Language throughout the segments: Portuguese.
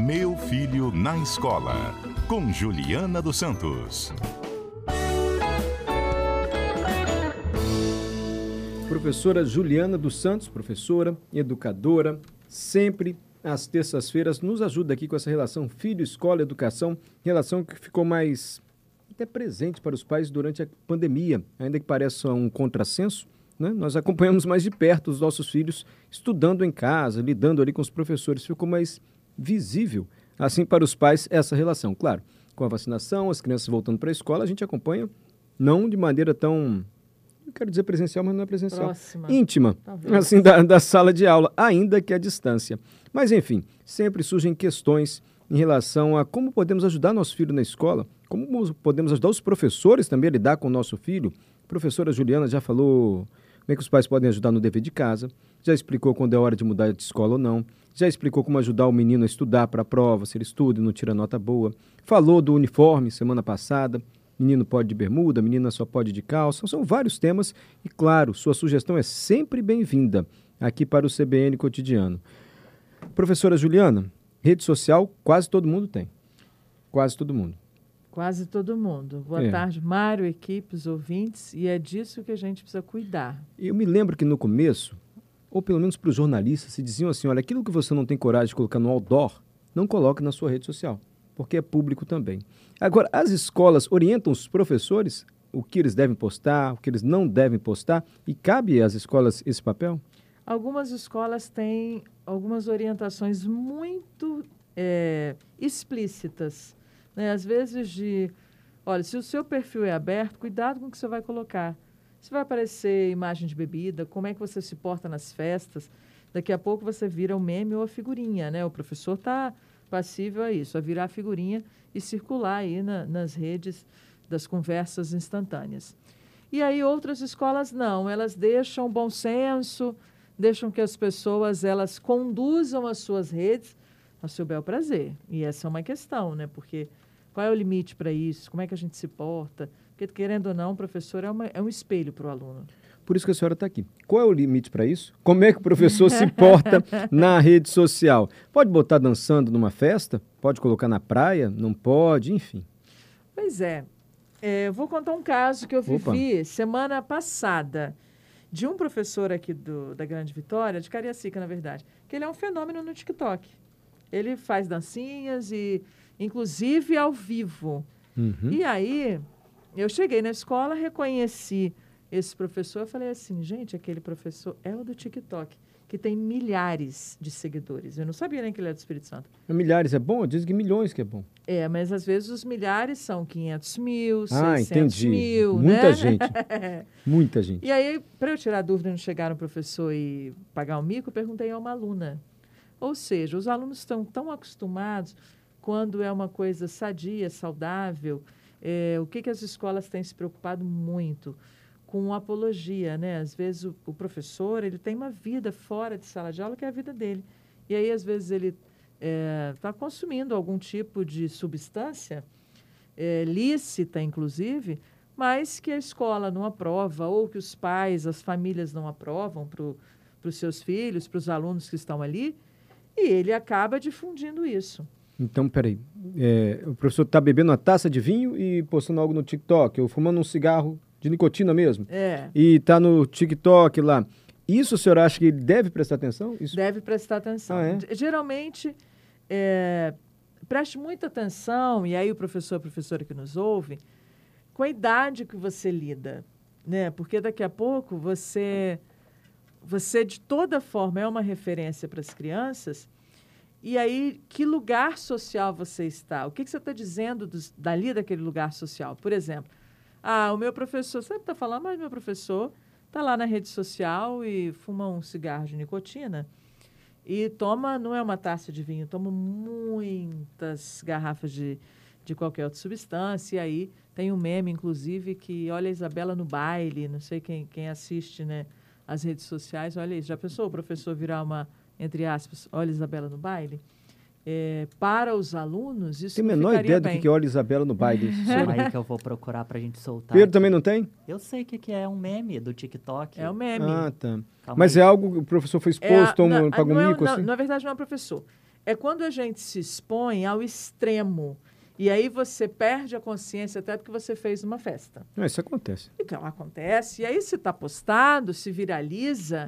Meu Filho na Escola, com Juliana dos Santos. Professora Juliana dos Santos, professora, educadora, sempre às terças-feiras nos ajuda aqui com essa relação filho-escola-educação, relação que ficou mais até presente para os pais durante a pandemia, ainda que pareça um contrassenso, né? Nós acompanhamos mais de perto os nossos filhos estudando em casa, lidando ali com os professores, ficou mais visível, assim, para os pais, essa relação. Claro, com a vacinação, as crianças voltando para a escola, a gente acompanha, não de maneira tão, eu quero dizer presencial, mas não é presencial, próxima, íntima, talvez, assim, da sala de aula, ainda que à distância. Mas, enfim, sempre surgem questões em relação a como podemos ajudar nosso filho na escola, como podemos ajudar os professores também a lidar com o nosso filho. A professora Juliana já falou como é que os pais podem ajudar no dever de casa, já explicou quando é hora de mudar de escola ou não, já explicou como ajudar o menino a estudar para a prova, se ele estuda e não tira nota boa. Falou do uniforme semana passada, menino pode de bermuda, menina só pode de calça. São vários temas e, claro, sua sugestão é sempre bem-vinda aqui para o CBN Cotidiano. Professora Juliana, rede social quase todo mundo tem. Quase todo mundo. Quase todo mundo. Boa tarde, Mário, equipes, ouvintes, e é disso que a gente precisa cuidar. Eu me lembro que no começo, ou pelo menos para os jornalistas, se diziam assim, olha, aquilo que você não tem coragem de colocar no outdoor, não coloque na sua rede social, porque é público também. Agora, as escolas orientam os professores o que eles devem postar, o que eles não devem postar, e cabe às escolas esse papel? Algumas escolas têm algumas orientações muito explícitas, né? Às vezes olha, se o seu perfil é aberto, cuidado com o que você vai colocar. Se vai aparecer imagem de bebida, como é que você se porta nas festas, daqui a pouco você vira um meme ou a figurinha, né? O professor está passível a isso, a virar a figurinha e circular aí nas redes das conversas instantâneas. E aí outras escolas não, elas deixam bom senso, deixam que as pessoas elas conduzam as suas redes ao seu bel prazer. E essa é uma questão, né? Porque qual é o limite para isso? Como é que a gente se porta? Porque, querendo ou não, o professor é um espelho para o aluno. Por isso que a senhora está aqui. Qual é o limite para isso? Como é que o professor se porta na rede social? Pode botar dançando numa festa? Pode colocar na praia? Não pode? Enfim. Pois é. Eu vou contar um caso que eu vivi semana passada de um professor aqui da Grande Vitória, de Cariacica, na verdade, que ele é um fenômeno no TikTok. Ele faz dancinhas e, inclusive, ao vivo. Uhum. E aí, eu cheguei na escola, reconheci esse professor, eu falei assim, gente, aquele professor é o do TikTok, que tem milhares de seguidores. Eu não sabia nem que ele era do Espírito Santo. Milhares é bom? Dizem que milhões que é bom. Mas às vezes os milhares são 500 mil, 600 entendi. mil, Muita né? gente. Muita gente. E aí, para eu tirar a dúvida e não chegar no professor e pagar um mico, eu perguntei a uma aluna. Ou seja, os alunos estão tão acostumados quando é uma coisa sadia, saudável. O que as escolas têm se preocupado muito? Com apologia, né? Às vezes o professor ele tem uma vida fora de sala de aula que é a vida dele. E aí, às vezes, ele está consumindo algum tipo de substância, lícita, inclusive, mas que a escola não aprova ou que os pais, as famílias não aprovam para os seus filhos, para os alunos que estão ali, e ele acaba difundindo isso. Então, peraí, o professor está bebendo uma taça de vinho e postando algo no TikTok, ou fumando um cigarro de nicotina mesmo, e está no TikTok lá. Isso o senhor acha que ele deve prestar atenção? Isso? Deve prestar atenção. Geralmente, preste muita atenção, e aí o professor, a professora que nos ouve, com a idade que você lida, né? Porque daqui a pouco você de toda forma é uma referência para as crianças, e aí que lugar social você está? O que você está dizendo dali daquele lugar social? Por exemplo, o meu professor, sempre está falando, mas meu professor está lá na rede social e fuma um cigarro de nicotina e toma, não é uma taça de vinho, toma muitas garrafas de qualquer outra substância. E aí tem um meme, inclusive, que olha a Isabela no baile, não sei quem assiste, né, as redes sociais, olha isso. Já pensou o professor virar uma, entre aspas, olha a Isabela no baile? Para os alunos, isso tem a menor ideia do que olha Isabela no baile. Calma aí que eu vou procurar pra gente soltar. Pedro também não tem? Eu sei o que é um meme do TikTok. É um meme. Ah, tá. Calma Mas aí. é algo que o professor foi exposto, pagou um mico, assim? Na verdade, não é um professor. é quando a gente se expõe ao extremo. E aí você perde a consciência até do que você fez numa festa. Isso acontece. Então, acontece. E aí, se está postado, se viraliza,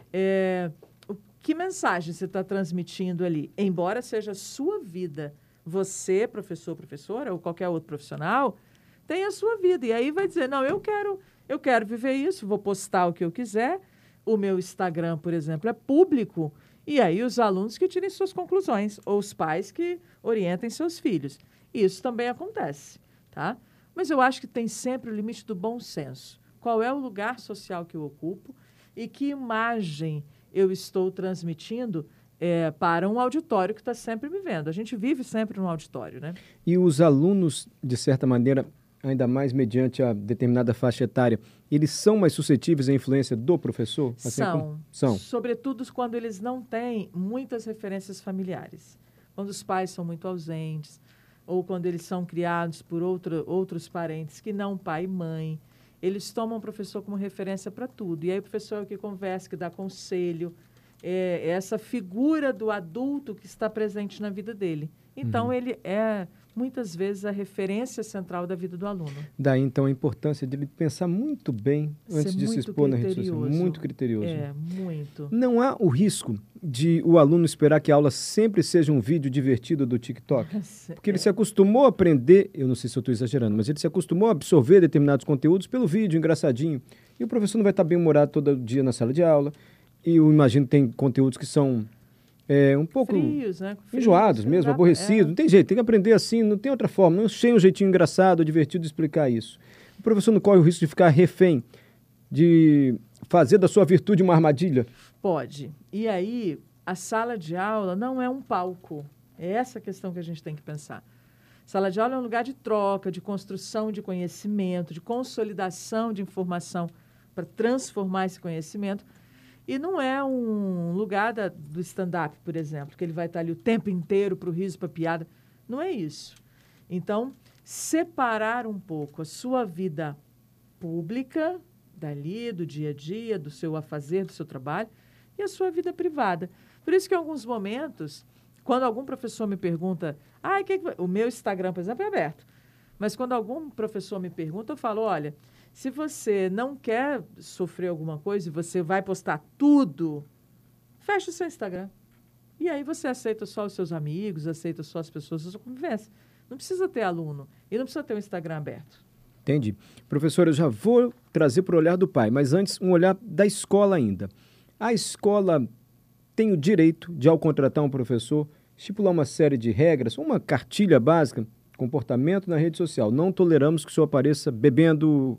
que mensagem você está transmitindo ali? Embora seja a sua vida, você, professor, professora, ou qualquer outro profissional, tem a sua vida. E aí vai dizer, não, eu quero viver isso, vou postar o que eu quiser. O meu Instagram, por exemplo, é público. E aí os alunos que tirem suas conclusões, ou os pais que orientem seus filhos. Isso também acontece, tá? Mas eu acho que tem sempre o limite do bom senso. Qual é o lugar social que eu ocupo e que imagem eu estou transmitindo para um auditório que está sempre me vendo. A gente vive sempre num auditório, né? E os alunos, de certa maneira, ainda mais mediante a determinada faixa etária, eles são mais suscetíveis à influência do professor? Assim São. Sobretudo quando eles não têm muitas referências familiares. Quando os pais são muito ausentes, ou quando eles são criados por outros parentes que não pai e mãe, eles tomam o professor como referência para tudo. E aí o professor é o que conversa, que dá conselho, é essa figura do adulto que está presente na vida dele. Então, ele é, muitas vezes, a referência central da vida do aluno. Daí, então, a importância de ele pensar muito bem antes de se expor na rede social. Muito criterioso. Muito. Não há o risco de o aluno esperar que a aula sempre seja um vídeo divertido do TikTok? Porque ele se acostumou a aprender, eu não sei se eu estou exagerando, mas ele se acostumou a absorver determinados conteúdos pelo vídeo, engraçadinho. E o professor não vai estar bem-humorado todo dia na sala de aula. E eu imagino que tem conteúdos que são um pouco frios, né? Enjoados mesmo, aborrecidos. Não tem jeito, tem que aprender assim, não tem outra forma. Não tem um jeitinho engraçado, divertido de explicar isso. O professor não corre o risco de ficar refém, de fazer da sua virtude uma armadilha? Pode. E aí, a sala de aula não é um palco. É essa a questão que a gente tem que pensar. Sala de aula é um lugar de troca, de construção de conhecimento, de consolidação de informação para transformar esse conhecimento. E não é um lugar do stand-up, por exemplo, que ele vai estar ali o tempo inteiro para o riso, para a piada. Não é isso. Então, separar um pouco a sua vida pública, dali, do dia a dia, do seu afazer, do seu trabalho, e a sua vida privada. Por isso que, em alguns momentos, quando algum professor me pergunta, o meu Instagram, por exemplo, é aberto, mas quando algum professor me pergunta, eu falo, olha, se você não quer sofrer alguma coisa e você vai postar tudo, fecha o seu Instagram. E aí você aceita só os seus amigos, aceita só as pessoas da sua convivência. Não precisa ter aluno e não precisa ter um Instagram aberto. Entendi. Professor, eu já vou trazer para o olhar do pai, mas antes um olhar da escola ainda. A escola tem o direito de, ao contratar um professor, estipular uma série de regras, uma cartilha básica, comportamento na rede social. Não toleramos que o senhor apareça bebendo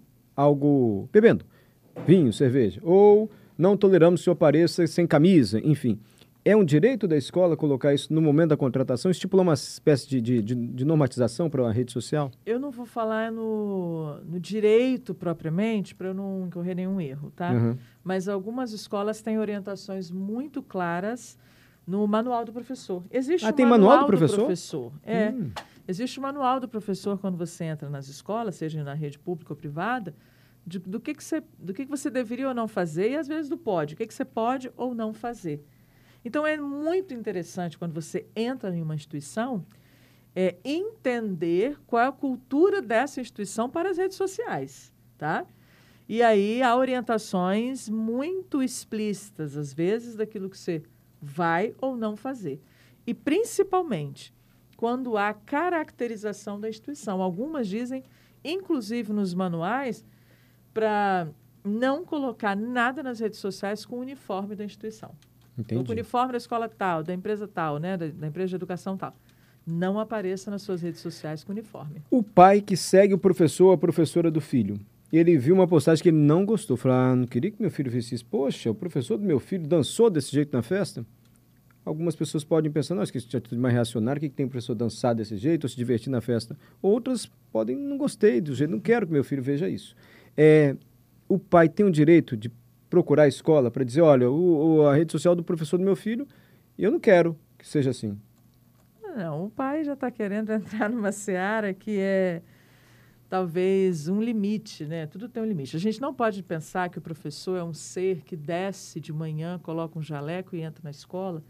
vinho, cerveja, ou não toleramos que o senhor apareça sem camisa, enfim. É um direito da escola colocar isso no momento da contratação, estipular uma espécie de normatização para a rede social? Eu não vou falar no direito propriamente, para eu não incorrer nenhum erro, tá? Mas algumas escolas têm orientações muito claras no manual do professor. Existe tem manual do professor? Existe o manual do professor quando você entra nas escolas, seja na rede pública ou privada, do que você deveria ou não fazer e, às vezes, do pode. O que você pode ou não fazer. Então, é muito interessante, quando você entra em uma instituição, entender qual é a cultura dessa instituição para as redes sociais, tá? E aí, há orientações muito explícitas, às vezes, daquilo que você vai ou não fazer. E, principalmente, quando há caracterização da instituição. Algumas dizem, inclusive nos manuais, para não colocar nada nas redes sociais com o uniforme da instituição. Entendi. O uniforme da escola tal, da empresa tal, né, da empresa de educação tal. Não apareça nas suas redes sociais com uniforme. O pai que segue o professor ou a professora do filho, ele viu uma postagem que ele não gostou. Falou, não queria que meu filho fizesse isso. Poxa, o professor do meu filho dançou desse jeito na festa? Algumas pessoas podem pensar, nossa, que isso é atitude mais reacionária, o que tem o professor dançar desse jeito ou se divertir na festa? Outras podem, não gostei do jeito, não quero que meu filho veja isso. O pai tem o direito de procurar a escola para dizer, olha, a rede social do professor do meu filho, eu não quero que seja assim. Não, o pai já está querendo entrar numa seara que é talvez um limite, né? Tudo tem um limite. A gente não pode pensar que o professor é um ser que desce de manhã, coloca um jaleco e entra na escola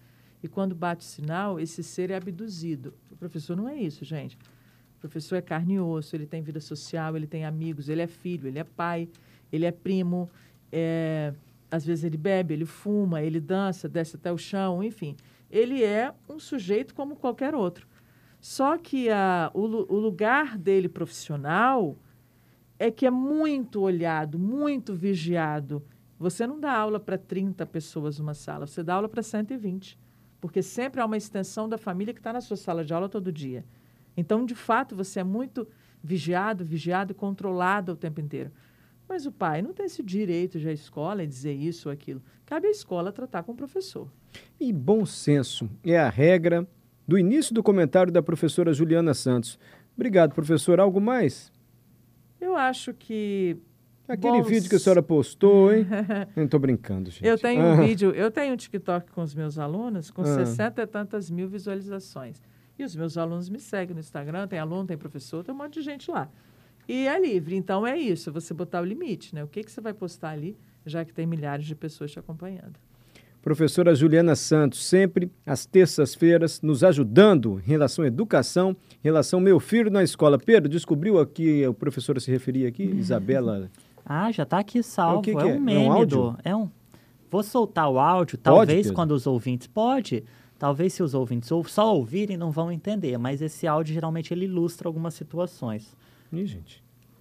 e quando bate o sinal, esse ser é abduzido. O professor não é isso, gente. O professor é carne e osso, ele tem vida social, ele tem amigos, ele é filho, ele é pai, ele é primo, às vezes ele bebe, ele fuma, ele dança, desce até o chão, enfim. Ele é um sujeito como qualquer outro. Só que o lugar dele profissional é que é muito olhado, muito vigiado. Você não dá aula para 30 pessoas numa sala, você dá aula para 120, porque sempre há uma extensão da família que está na sua sala de aula todo dia. Então, de fato, você é muito vigiado e controlado o tempo inteiro. Mas o pai não tem esse direito de a escola dizer isso ou aquilo. Cabe à escola tratar com o professor. E bom senso é a regra do início do comentário da professora Juliana Santos. Obrigado, professor. Algo mais? Eu acho que... Aquele vídeo que a senhora postou, hein? Não estou brincando, gente. Eu tenho um vídeo, eu tenho um TikTok com os meus alunos com 60 e tantas mil visualizações. E os meus alunos me seguem no Instagram, tem aluno, tem professor, tem um monte de gente lá. E é livre, então é isso, você botar o limite, né? O que você vai postar ali, já que tem milhares de pessoas te acompanhando. Professora Juliana Santos, sempre às terças-feiras, nos ajudando em relação à educação, em relação ao meu filho na escola. Pedro, descobriu aqui, a professora se referia aqui, Isabela... Ah, já está aqui salvo. O que é um meme é um áudio? Vou soltar o áudio, Pode, talvez Pedro? quando os ouvintes... Pode. Talvez se os ouvintes só ouvirem não vão entender, mas esse áudio geralmente ele ilustra algumas situações. Ih, gente.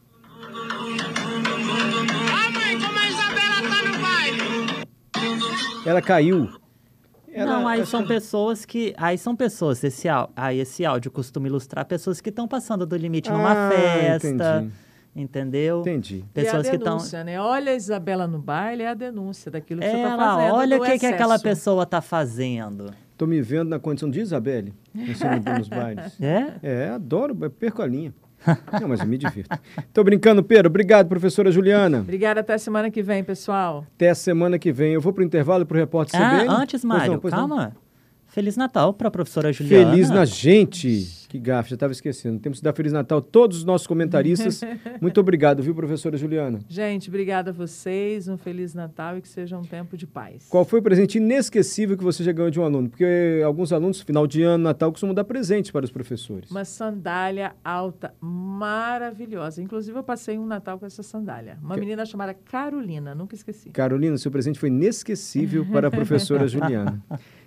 Mãe, como a Isabela tá no baile? Ela caiu. Não, aí são pessoas que... Esse áudio costuma ilustrar pessoas que estão passando do limite numa festa... Entendi. Entendeu? Entendi. Pessoas e a que estão... denúncia, né? Olha a Isabela no baile, é a denúncia daquilo que você está fazendo. Olha o do que aquela excesso. pessoa está fazendo. Estou me vendo na condição de Isabelle, nos bailes. Adoro, perco a linha. Não, mas eu me divirto. Estou brincando, Pedro. Obrigado, professora Juliana. Obrigada, até semana que vem, pessoal. Até a semana que vem. Eu vou para o intervalo para o repórter CBN. Antes, Mário, Pois não. calma. Feliz Natal para a professora Juliana. Feliz na gente. Que gafe, já estava esquecendo. Temos que dar Feliz Natal a todos os nossos comentaristas. Muito obrigado, viu, professora Juliana? Gente, obrigada a vocês. Um Feliz Natal e que seja um tempo de paz. Qual foi o presente inesquecível que você já ganhou de um aluno? Porque alguns alunos, final de ano, Natal, costumam dar presentes para os professores. Uma sandália alta maravilhosa. Inclusive, eu passei um Natal com essa sandália. Uma menina chamada Carolina, nunca esqueci. Carolina, seu presente foi inesquecível para a professora Juliana.